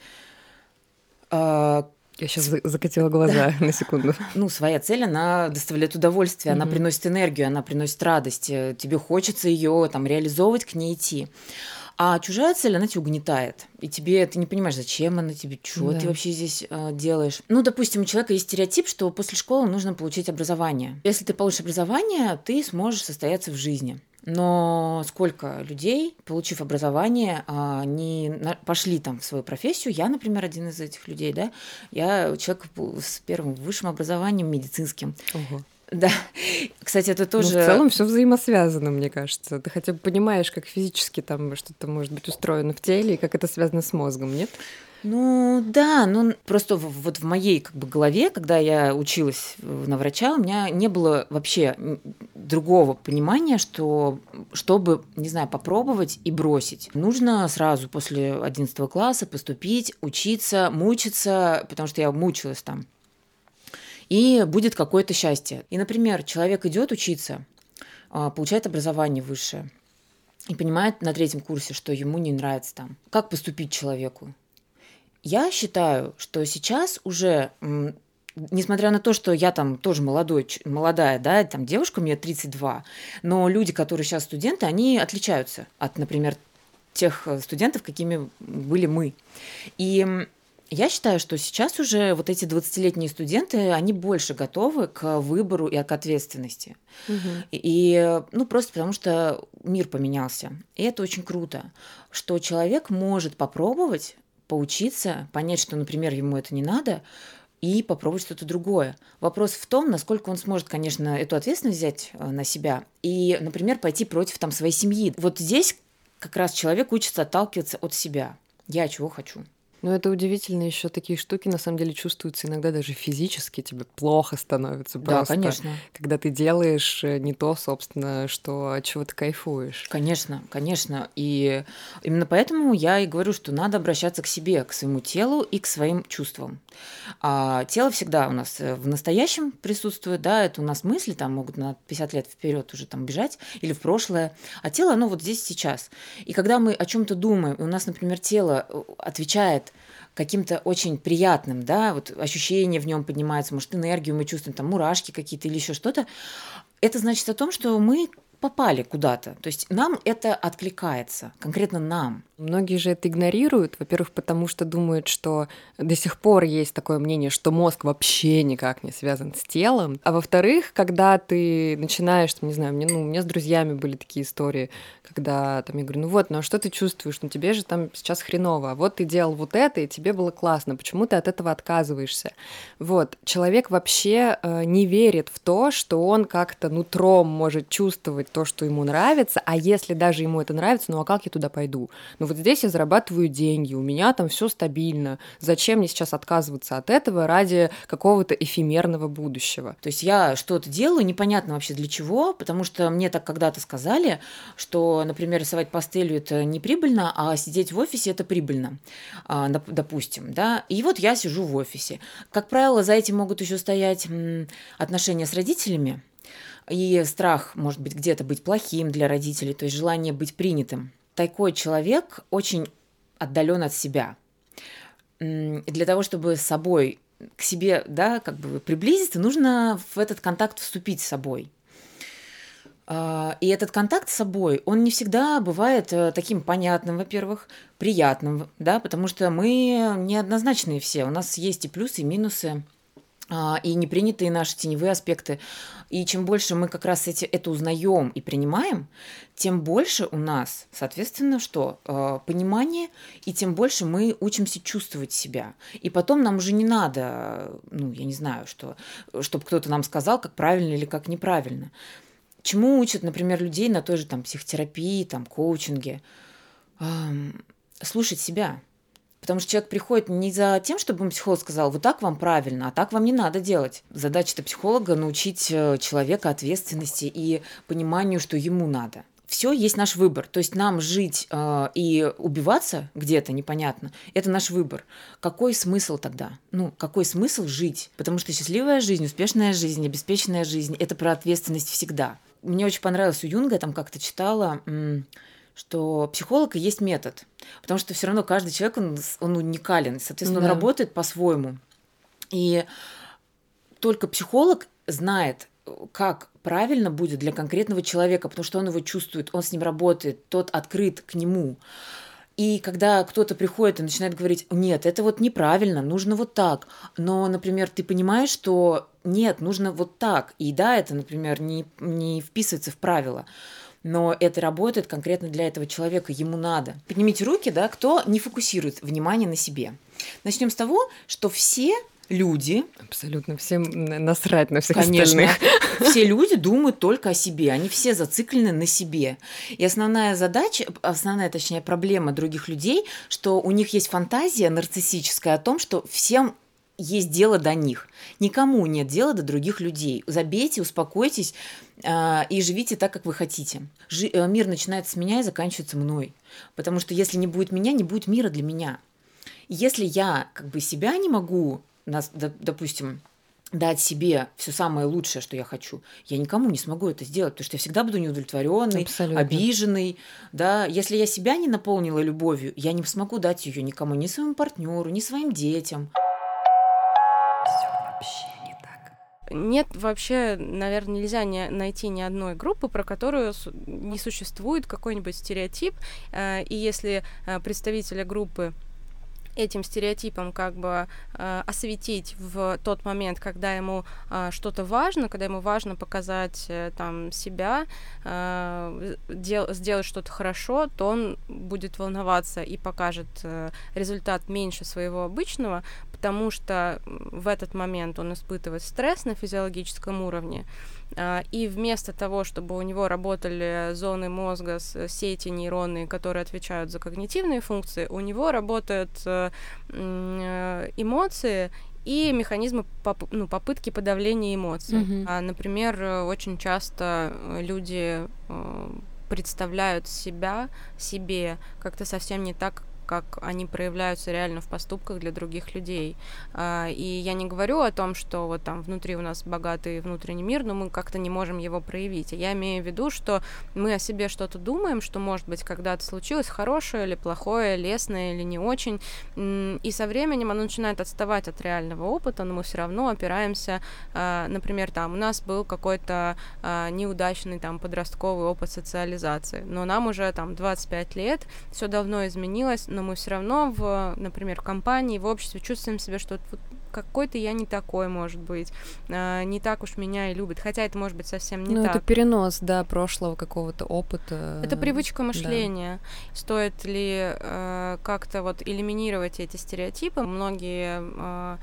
А, Я сейчас закатила глаза на секунду. Ну, своя цель, она доставляет удовольствие, mm-hmm. она приносит энергию, она приносит радость. Тебе хочется ее там реализовывать, к ней идти. А чужая цель, она тебя угнетает. И тебе, ты не понимаешь, зачем она тебе, что да. ты вообще здесь э, делаешь. Ну, допустим, у человека есть стереотип, что после школы нужно получить образование. Если ты получишь образование, ты сможешь состояться в жизни. Но сколько людей, получив образование, они пошли там в свою профессию. Я, например, один из этих людей, да. Я человек с первым высшим образованием медицинским. Ого. Да. Кстати, это тоже... Ну, в целом все взаимосвязано, мне кажется. Ты хотя бы понимаешь, как физически там что-то может быть устроено в теле и как это связано с мозгом, нет? Ну да, ну просто в, вот в моей как бы голове, когда я училась на врача, у меня не было вообще другого понимания, что чтобы, не знаю, попробовать и бросить, нужно сразу после одиннадцатого класса поступить, учиться, мучиться, потому что я мучилась там, и будет какое-то счастье. И, например, человек идет учиться, получает образование высшее и понимает на третьем курсе, что ему не нравится там. Как поступить человеку? Я считаю, что сейчас уже, несмотря на то, что я там тоже молодой, молодая, да, там девушка, мне тридцать два, но люди, которые сейчас студенты, они отличаются от, например, тех студентов, какими были мы. И я считаю, что сейчас уже вот эти двадцатилетние студенты, они больше готовы к выбору и к ответственности. Угу. И, ну, просто потому что мир поменялся. И это очень круто, что человек может попробовать поучиться, понять, что, например, ему это не надо, и попробовать что-то другое. Вопрос в том, насколько он сможет, конечно, эту ответственность взять на себя и, например, пойти против там, своей семьи. Вот здесь как раз человек учится отталкиваться от себя. Я чего хочу. Ну, это удивительно, еще такие штуки на самом деле чувствуются иногда даже физически, тебе плохо становится просто. Да, конечно. Когда ты делаешь не то, собственно, что, от чего ты кайфуешь. Конечно, конечно. И именно поэтому я и говорю, что надо обращаться к себе, к своему телу и к своим чувствам. А тело всегда у нас в настоящем присутствует, да, это у нас мысли там могут на пятьдесят лет вперед уже там бежать или в прошлое, а тело, оно вот здесь сейчас. И когда мы о чем-то думаем, и у нас, например, тело отвечает каким-то очень приятным, да, вот ощущение в нем поднимается, может, энергию мы чувствуем, там мурашки какие-то или еще что-то, это значит о том, что мы попали куда-то, то есть нам это откликается, конкретно нам. Многие же это игнорируют, во-первых, потому что думают, что до сих пор есть такое мнение, что мозг вообще никак не связан с телом, а во-вторых, когда ты начинаешь, там, не знаю, мне, ну, у меня с друзьями были такие истории, когда там, я говорю, ну вот, ну а что ты чувствуешь, ну тебе же там сейчас хреново, а вот ты делал вот это, и тебе было классно, почему ты от этого отказываешься? Вот, человек вообще э, не верит в то, что он как-то нутром может чувствовать то, что ему нравится, а если даже ему это нравится, ну а как я туда пойду? Ну вот здесь я зарабатываю деньги, у меня там все стабильно. Зачем мне сейчас отказываться от этого ради какого-то эфемерного будущего? То есть я что-то делаю, непонятно вообще для чего, потому что мне так когда-то сказали, что, например, рисовать пастелью это не прибыльно, а сидеть в офисе это прибыльно, допустим, да. И вот я сижу в офисе. Как правило, за этим могут еще стоять отношения с родителями и страх, может быть, где-то быть плохим для родителей, то есть желание быть принятым. Такой человек очень отдален от себя. И для того, чтобы с собой к себе, да, как бы приблизиться, нужно в этот контакт вступить с собой. И этот контакт с собой, он не всегда бывает таким понятным, во-первых, приятным, да, потому что мы неоднозначные все. У нас есть и плюсы, и минусы, и непринятые наши теневые аспекты. И чем больше мы как раз эти, это узнаем и принимаем, тем больше у нас, соответственно, что? Понимание, и тем больше мы учимся чувствовать себя. И потом нам уже не надо, ну, я не знаю, что, чтобы кто-то нам сказал, как правильно или как неправильно. Чему учат, например, людей на той же там, психотерапии, там, коучинге? Эм, слушать себя. Потому что человек приходит не за тем, чтобы ему психолог сказал, вот так вам правильно, а так вам не надо делать. Задача-то психолога – научить человека ответственности и пониманию, что ему надо. Все есть наш выбор. То есть нам жить э, и убиваться где-то непонятно – это наш выбор. Какой смысл тогда? Ну, какой смысл жить? Потому что счастливая жизнь, успешная жизнь, обеспеченная жизнь – это про ответственность всегда. Мне очень понравилось у Юнга, я там как-то читала, что психолог и есть метод. Потому что все равно каждый человек, он, он уникален. Соответственно, да. Он работает по-своему. И только психолог знает, как правильно будет для конкретного человека, потому что он его чувствует, он с ним работает, тот открыт к нему. И когда кто-то приходит и начинает говорить, нет, это вот неправильно, нужно вот так. Но, например, ты понимаешь, что нет, нужно вот так. И да, это, например, не, не вписывается в правила. Но это работает конкретно для этого человека, ему надо. Поднимите руки, да, кто не фокусирует внимание на себе. Начнем с того, что все люди... Абсолютно всем насрать на всех конечно, остальных. Все люди думают только о себе, они все зациклены на себе. И основная задача, основная, точнее, проблема других людей, что у них есть фантазия нарциссическая о том, что всем есть дело до них. Никому нет дела до других людей. Забейте, успокойтесь э, и живите так, как вы хотите. Жи- э, мир начинается с меня и заканчивается мной. Потому что если не будет меня, не будет мира для меня. Если я как бы себя не могу, нас, допустим, дать себе все самое лучшее, что я хочу, я никому не смогу это сделать, потому что я всегда буду неудовлетворенный, абсолютно. Обиженный. Да? Если я себя не наполнила любовью, я не смогу дать ее никому, ни своему партнеру, ни своим детям. Нет, вообще, наверное, нельзя не найти ни одной группы, про которую не существует какой-нибудь стереотип, и если представители группы этим стереотипом как бы э, осветить в тот момент, когда ему э, что-то важно, когда ему важно показать э, там себя, э, дел- сделать что-то хорошо, то он будет волноваться и покажет э, результат меньше своего обычного, потому что в этот момент он испытывает стресс на физиологическом уровне, э, и вместо того, чтобы у него работали зоны мозга, сети нейронные, которые отвечают за когнитивные функции, у него работают э, эмоции и механизмы поп- ну, попытки подавления эмоций. Mm-hmm. А, например, очень часто люди э, представляют себя себе как-то совсем не так, как они проявляются реально в поступках для других людей. И я не говорю о том, что вот там внутри у нас богатый внутренний мир, но мы как-то не можем его проявить. Я имею в виду, что мы о себе что-то думаем, что, может быть, когда-то случилось хорошее или плохое, лестное или не очень, и со временем оно начинает отставать от реального опыта, но мы все равно опираемся, например, там, у нас был какой-то неудачный там подростковый опыт социализации, но нам уже там двадцать пять лет, все давно изменилось, но мы все равно в, например, в компании, в обществе чувствуем себя, что вот какой-то я не такой, может быть, не так уж меня и любят, хотя это может быть совсем не ну, так. Это перенос, да, прошлого какого-то опыта. Это привычка мышления. Да. Стоит ли э, как-то вот элиминировать эти стереотипы? Многие э,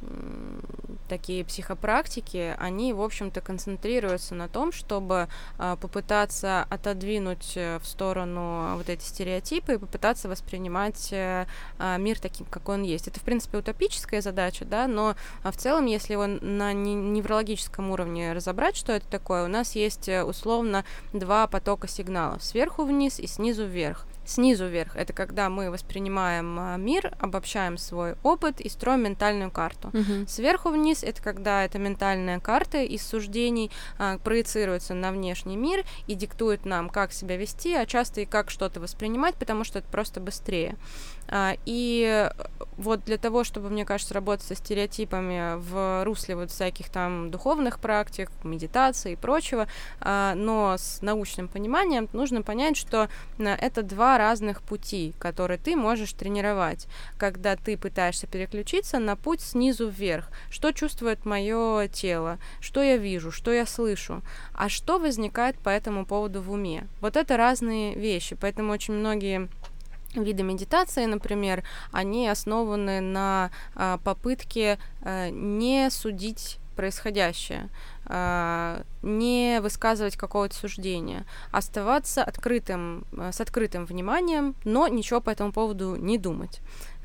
такие психопрактики, они, в общем-то, концентрируются на том, чтобы э, попытаться отодвинуть в сторону вот эти стереотипы и попытаться воспринимать э, мир таким, какой он есть. Это, в принципе, утопическая задача, да, но в целом, если его на неврологическом уровне разобрать, что это такое, у нас есть условно два потока сигналов, сверху вниз и снизу вверх. Снизу вверх — это когда мы воспринимаем мир, обобщаем свой опыт и строим ментальную карту. Uh-huh. Сверху вниз — это когда эта ментальная карта из суждений а, проецируется на внешний мир и диктует нам, как себя вести, а часто и как что-то воспринимать, потому что это просто быстрее. А, и вот для того, чтобы, мне кажется, работать со стереотипами в русле вот всяких там духовных практик, медитации и прочего, а, но с научным пониманием, нужно понять, что а, это два разных пути, которые ты можешь тренировать, когда ты пытаешься переключиться на путь снизу вверх. Что чувствует мое тело, что я вижу, что я слышу, а что возникает по этому поводу в уме. Вот это разные вещи, поэтому очень многие виды медитации, например, они основаны на а, попытке а, не судить происходящее, не высказывать какого-то суждения, оставаться открытым, с открытым вниманием, но ничего по этому поводу не думать.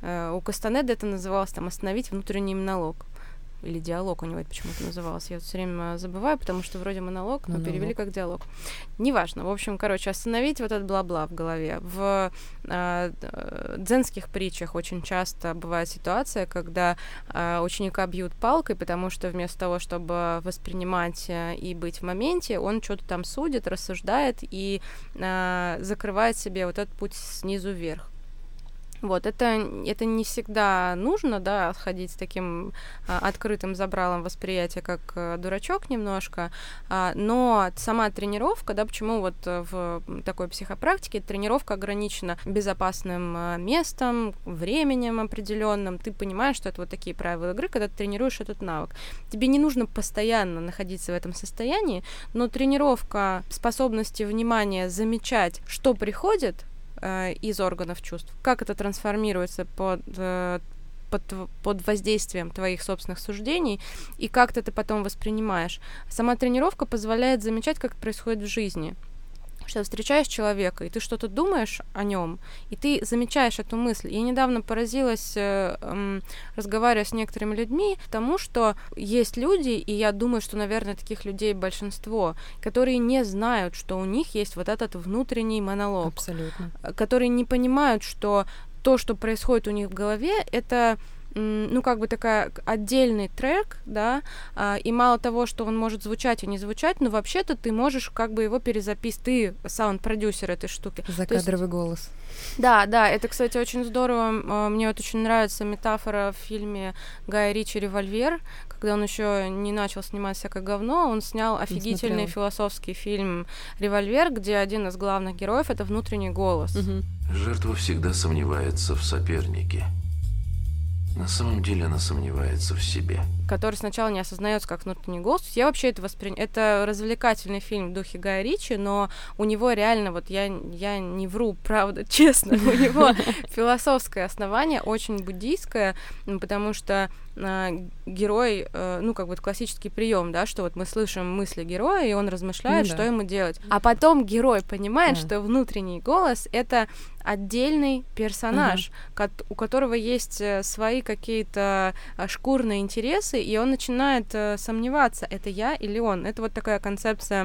У Кастанеды это называлось там «остановить внутренний монолог». Или диалог у него это почему-то называлось. Я все время забываю, потому что вроде монолог, но монолог. Перевели как диалог. Неважно. В общем, короче, остановить вот этот бла-бла в голове. В э, дзенских притчах очень часто бывает ситуация, когда э, ученика бьют палкой, потому что вместо того, чтобы воспринимать э, и быть в моменте, он что-то там судит, рассуждает и э, закрывает себе вот этот путь снизу вверх. Вот, это, это не всегда нужно, да, ходить с таким а, открытым забралом восприятия, как а, дурачок немножко, а, но сама тренировка, да, почему вот в такой психопрактике тренировка ограничена безопасным а, местом, временем определенным, ты понимаешь, что это вот такие правила игры, когда ты тренируешь этот навык. Тебе не нужно постоянно находиться в этом состоянии, но тренировка способности внимания замечать, что приходит из органов чувств, как это трансформируется под, под, под воздействием твоих собственных суждений, и как ты это потом воспринимаешь. Сама тренировка позволяет замечать, как это происходит в жизни. Что встречаешь человека, и ты что-то думаешь о нем, и ты замечаешь эту мысль. Я недавно поразилась, э, э, разговаривая с некоторыми людьми, тому, что есть люди, и я думаю, что, наверное, таких людей большинство, которые не знают, что у них есть вот этот внутренний монолог. Абсолютно. Которые не понимают, что то, что происходит у них в голове, это... ну, как бы такая отдельный трек, да, а, и мало того, что он может звучать и не звучать, но вообще-то ты можешь как бы его перезаписать, ты саунд-продюсер этой штуки. Закадровый есть... голос. Да, да, это, кстати, очень здорово, мне вот очень нравится метафора в фильме Гая Ричи «Револьвер», когда он еще не начал снимать всякое говно, он снял офигительный философский фильм «Револьвер», где один из главных героев — это внутренний голос. Угу. Жертва всегда сомневается в сопернике. На самом деле она сомневается в себе. Который сначала не осознается как внутренний голос. Я вообще это воспринимаю. Это развлекательный фильм в духе Гая Ричи, но у него реально, вот я, я не вру, правда, честно, у него философское основание, очень буддийское, потому что герой, ну, как бы классический прием, да, что вот мы слышим мысли героя, и он размышляет, ну, что да. ему делать. А потом герой понимает, да. что внутренний голос — это отдельный персонаж, uh-huh. у которого есть свои какие-то шкурные интересы, и он начинает э, сомневаться, это я или он. Это вот такая концепция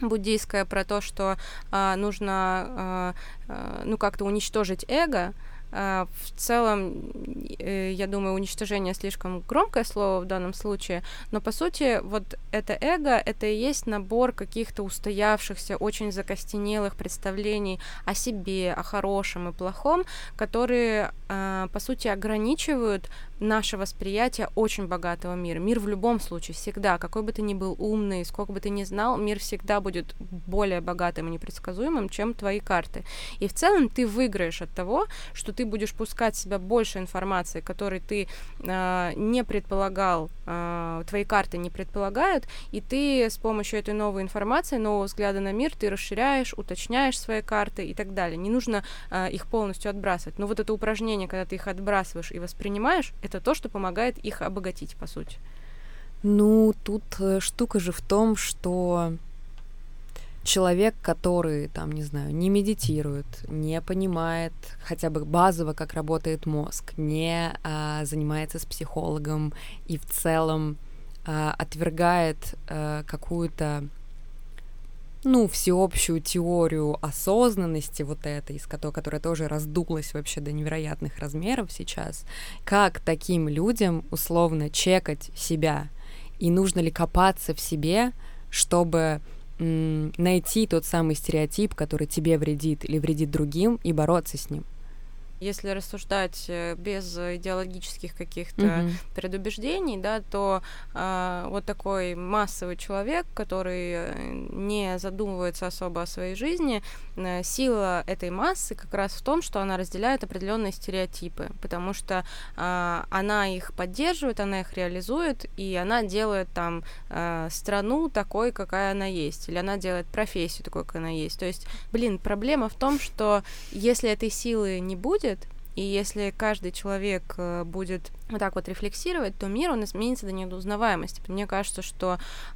буддийская про то, что э, нужно э, э, ну как-то уничтожить эго, в целом, я думаю, уничтожение слишком громкое слово в данном случае, но по сути вот это эго, это и есть набор каких-то устоявшихся, очень закостенелых представлений о себе, о хорошем и плохом, которые, по сути, ограничивают наше восприятие очень богатого мира. Мир в любом случае всегда, какой бы ты ни был умный, сколько бы ты ни знал, мир всегда будет более богатым и непредсказуемым, чем твои карты. И в целом ты выиграешь от того, что ты будешь пускать в себя больше информации, которой ты э, не предполагал, э, твои карты не предполагают, и ты с помощью этой новой информации, нового взгляда на мир, ты расширяешь, уточняешь свои карты и так далее. Не нужно э, их полностью отбрасывать. Но вот это упражнение, когда ты их отбрасываешь и воспринимаешь, это то, что помогает их обогатить, по сути. Ну, тут штука же в том, что человек, который, там, не знаю, не медитирует, не понимает хотя бы базово, как работает мозг, не а, занимается с психологом и в целом а, отвергает а, какую-то, ну, всеобщую теорию осознанности вот этой, из которой, которая тоже раздулась вообще до невероятных размеров сейчас, как таким людям условно чекать себя, и нужно ли копаться в себе, чтобы м- найти тот самый стереотип, который тебе вредит или вредит другим, и бороться с ним. Если рассуждать без идеологических каких-то Mm-hmm. предубеждений, да, то э, вот такой массовый человек, который не задумывается особо о своей жизни, э, сила этой массы как раз в том, что она разделяет определенные стереотипы, потому что э, она их поддерживает, она их реализует, и она делает там э, страну такой, какая она есть, или она делает профессию такой, как она есть. То есть, блин, проблема в том, что если этой силы не будет, и если каждый человек будет вот так вот рефлексировать, то мир, он изменится до неузнаваемости. Мне кажется, что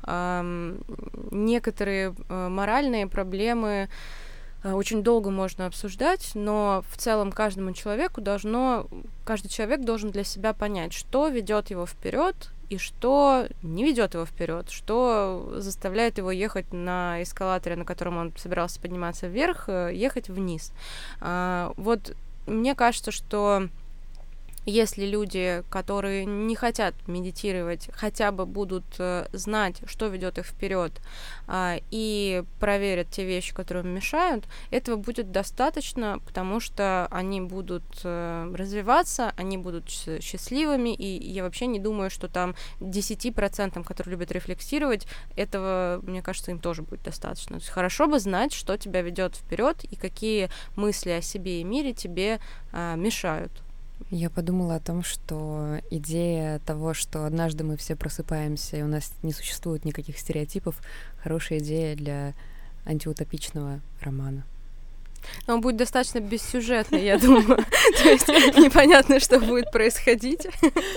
э, некоторые э, моральные проблемы э, очень долго можно обсуждать, но в целом каждому человеку должно, каждый человек должен для себя понять, что ведет его вперед и что не ведет его вперед, что заставляет его ехать на эскалаторе, на котором он собирался подниматься вверх, ехать вниз. Э, вот мне кажется, что если люди, которые не хотят медитировать, хотя бы будут э, знать, что ведет их вперед, э, и проверят те вещи, которые им мешают, этого будет достаточно, потому что они будут э, развиваться, они будут счастливыми, и я вообще не думаю, что там десять процентов, которые любят рефлексировать, этого, мне кажется, им тоже будет достаточно. То есть хорошо бы знать, что тебя ведет вперед и какие мысли о себе и мире тебе э, мешают. Я подумала о том, что идея того, что однажды мы все просыпаемся, и у нас не существует никаких стереотипов, хорошая идея для антиутопичного романа. Но он будет достаточно бессюжетный, я думаю. То есть непонятно, что будет происходить.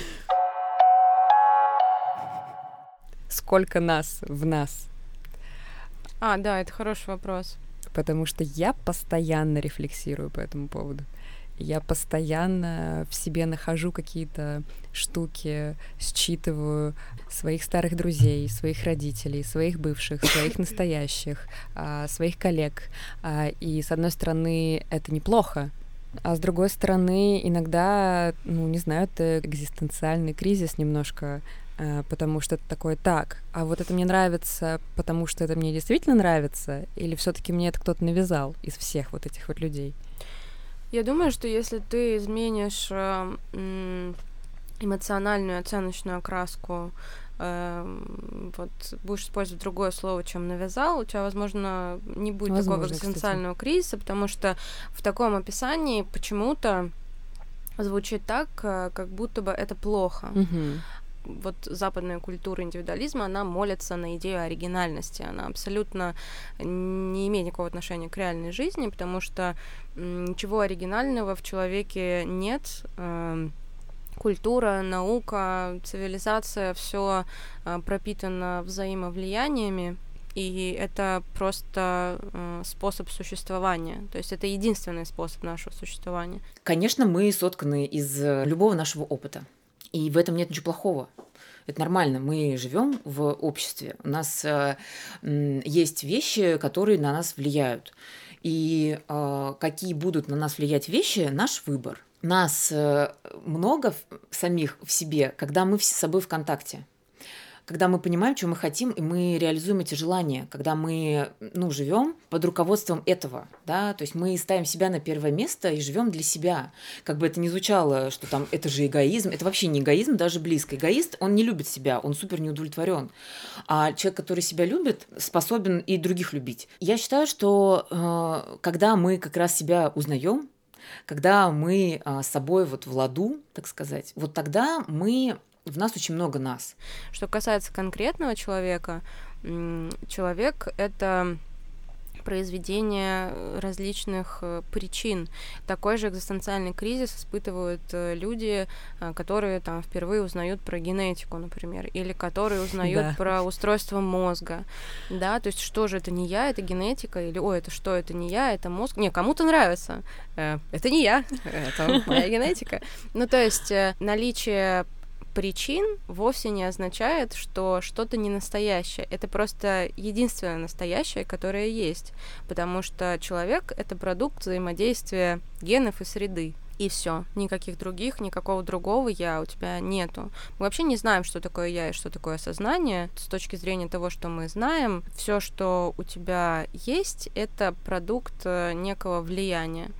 Сколько нас в нас? А, да, это хороший вопрос. Потому что я постоянно рефлексирую по этому поводу. Я постоянно в себе нахожу какие-то штуки, считываю своих старых друзей, своих родителей, своих бывших, своих настоящих, своих коллег. И, с одной стороны, это неплохо, а с другой стороны, иногда, ну, не знаю, это экзистенциальный кризис немножко, потому что это такое, так, а вот это мне нравится, потому что это мне действительно нравится, или все-таки мне это кто-то навязал из всех вот этих вот людей? Я думаю, что если ты изменишь э, эмоциональную оценочную окраску, э, вот будешь использовать другое слово, чем навязал, у тебя, возможно, не будет возможно, такого экзистенциального кстати. кризиса, потому что в таком описании почему-то звучит так, как будто бы это плохо. Mm-hmm. Вот западная культура индивидуализма, она молится на идею оригинальности, она абсолютно не имеет никакого отношения к реальной жизни, потому что ничего оригинального в человеке нет. Культура, наука, цивилизация, все пропитано взаимовлияниями, и это просто способ существования, то есть это единственный способ нашего существования. Конечно, мы сотканы из любого нашего опыта. И в этом нет ничего плохого. Это нормально. Мы живем в обществе. У нас э, есть вещи, которые на нас влияют. И э, какие будут на нас влиять вещи – наш выбор. нас э, много в- самих в себе, когда мы с собой в контакте. Когда мы понимаем, что мы хотим, и мы реализуем эти желания, когда мы, ну, живем под руководством этого, да, то есть мы ставим себя на первое место и живем для себя. Как бы это ни звучало, что там это же эгоизм, это вообще не эгоизм, даже близко. Эгоист, он не любит себя, он супер неудовлетворен. А человек, который себя любит, способен и других любить. Я считаю, что э, когда мы как раз себя узнаем, когда мы э, с собой вот в ладу, так сказать, вот тогда мы в нас очень много нас. Что касается конкретного человека, м, человек — это произведение различных э, причин. Такой же экзистенциальный кризис испытывают э, люди, э, которые там впервые узнают про генетику, например, или которые узнают Да. про устройство мозга. Да, то есть что же это не я, это генетика, или ой, это что, это не я, это мозг. Не, кому-то нравится. Э, это не я, это моя генетика. Ну, то есть э, наличие причин вовсе не означает, что что-то не настоящее. Это просто единственное настоящее, которое есть. Потому что человек — это продукт взаимодействия генов и среды. И все. Никаких других, никакого другого я у тебя нету. Мы вообще не знаем, что такое я и что такое сознание. С точки зрения того, что мы знаем, все, что у тебя есть, это продукт э, некого влияния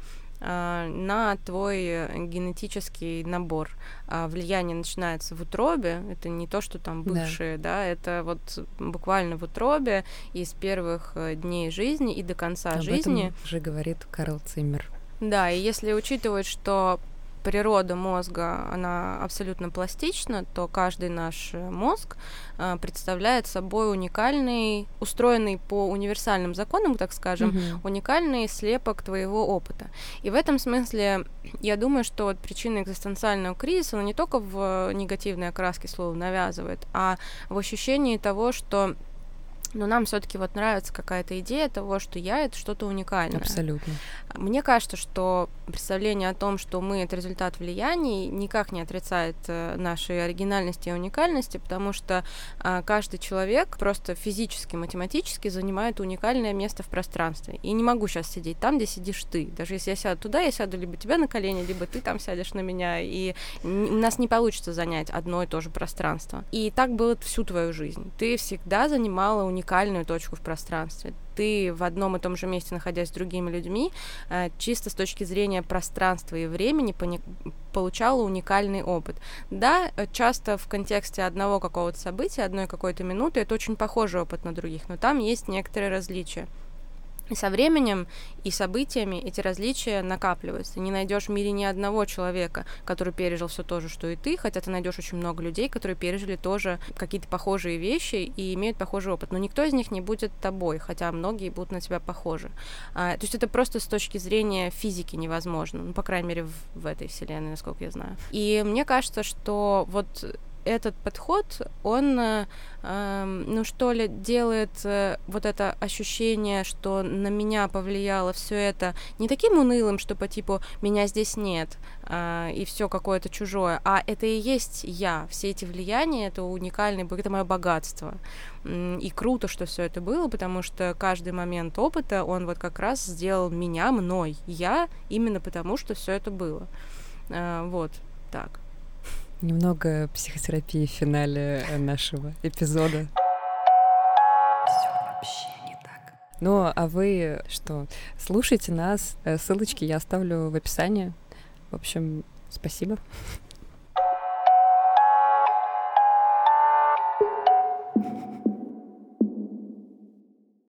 на твой генетический набор. Влияние начинается в утробе, это не то, что там бывшие, да, да это вот буквально в утробе и с первых дней жизни и до конца Об жизни. этом же говорит Карл Циммер. Да, и если учитывать, что природа мозга, она абсолютно пластична, то каждый наш мозг а, представляет собой уникальный, устроенный по универсальным законам, так скажем, Мгм. уникальный слепок твоего опыта. И в этом смысле я думаю, что вот причина экзистенциального кризиса, она не только в негативной окраске слова навязывает, а в ощущении того, что но нам все-таки вот нравится какая-то идея того, что я — это что-то уникальное. Абсолютно. Мне кажется, что представление о том, что мы — это результат влияний, никак не отрицает э, нашей оригинальности и уникальности, потому что э, каждый человек просто физически, математически занимает уникальное место в пространстве. И не могу сейчас сидеть там, где сидишь ты. Даже если я сяду туда, я сяду либо тебя на колени, либо ты там сядешь на меня, и н- у нас не получится занять одно и то же пространство. И так было всю твою жизнь. Ты всегда занимала уникальную точку в пространстве. Ты в одном и том же месте, находясь с другими людьми, чисто с точки зрения пространства и времени пони- получала уникальный опыт. Да, часто в контексте одного какого-то события, одной какой-то минуты, это очень похожий опыт на других, но там есть некоторые различия. И со временем и событиями эти различия накапливаются. Ты не найдешь в мире ни одного человека, который пережил все то же, что и ты, хотя ты найдешь очень много людей, которые пережили тоже какие-то похожие вещи и имеют похожий опыт. Но никто из них не будет тобой, хотя многие будут на тебя похожи. А, то есть это просто с точки зрения физики невозможно, ну, по крайней мере, в, в этой вселенной, насколько я знаю. И мне кажется, что вот этот подход, он, э, э, ну что ли, делает э, вот это ощущение, что на меня повлияло все это не таким унылым, что по типу меня здесь нет э, и все какое-то чужое, а это и есть я. Все эти влияния — это уникальный, это мое богатство. И круто, что все это было, потому что каждый момент опыта, он вот как раз сделал меня мной. Я именно потому, что все это было. Э, вот так. Немного психотерапии в финале нашего эпизода. Все вообще не так. Ну, а вы что? Слушайте нас. Ссылочки я оставлю в описании. В общем, спасибо.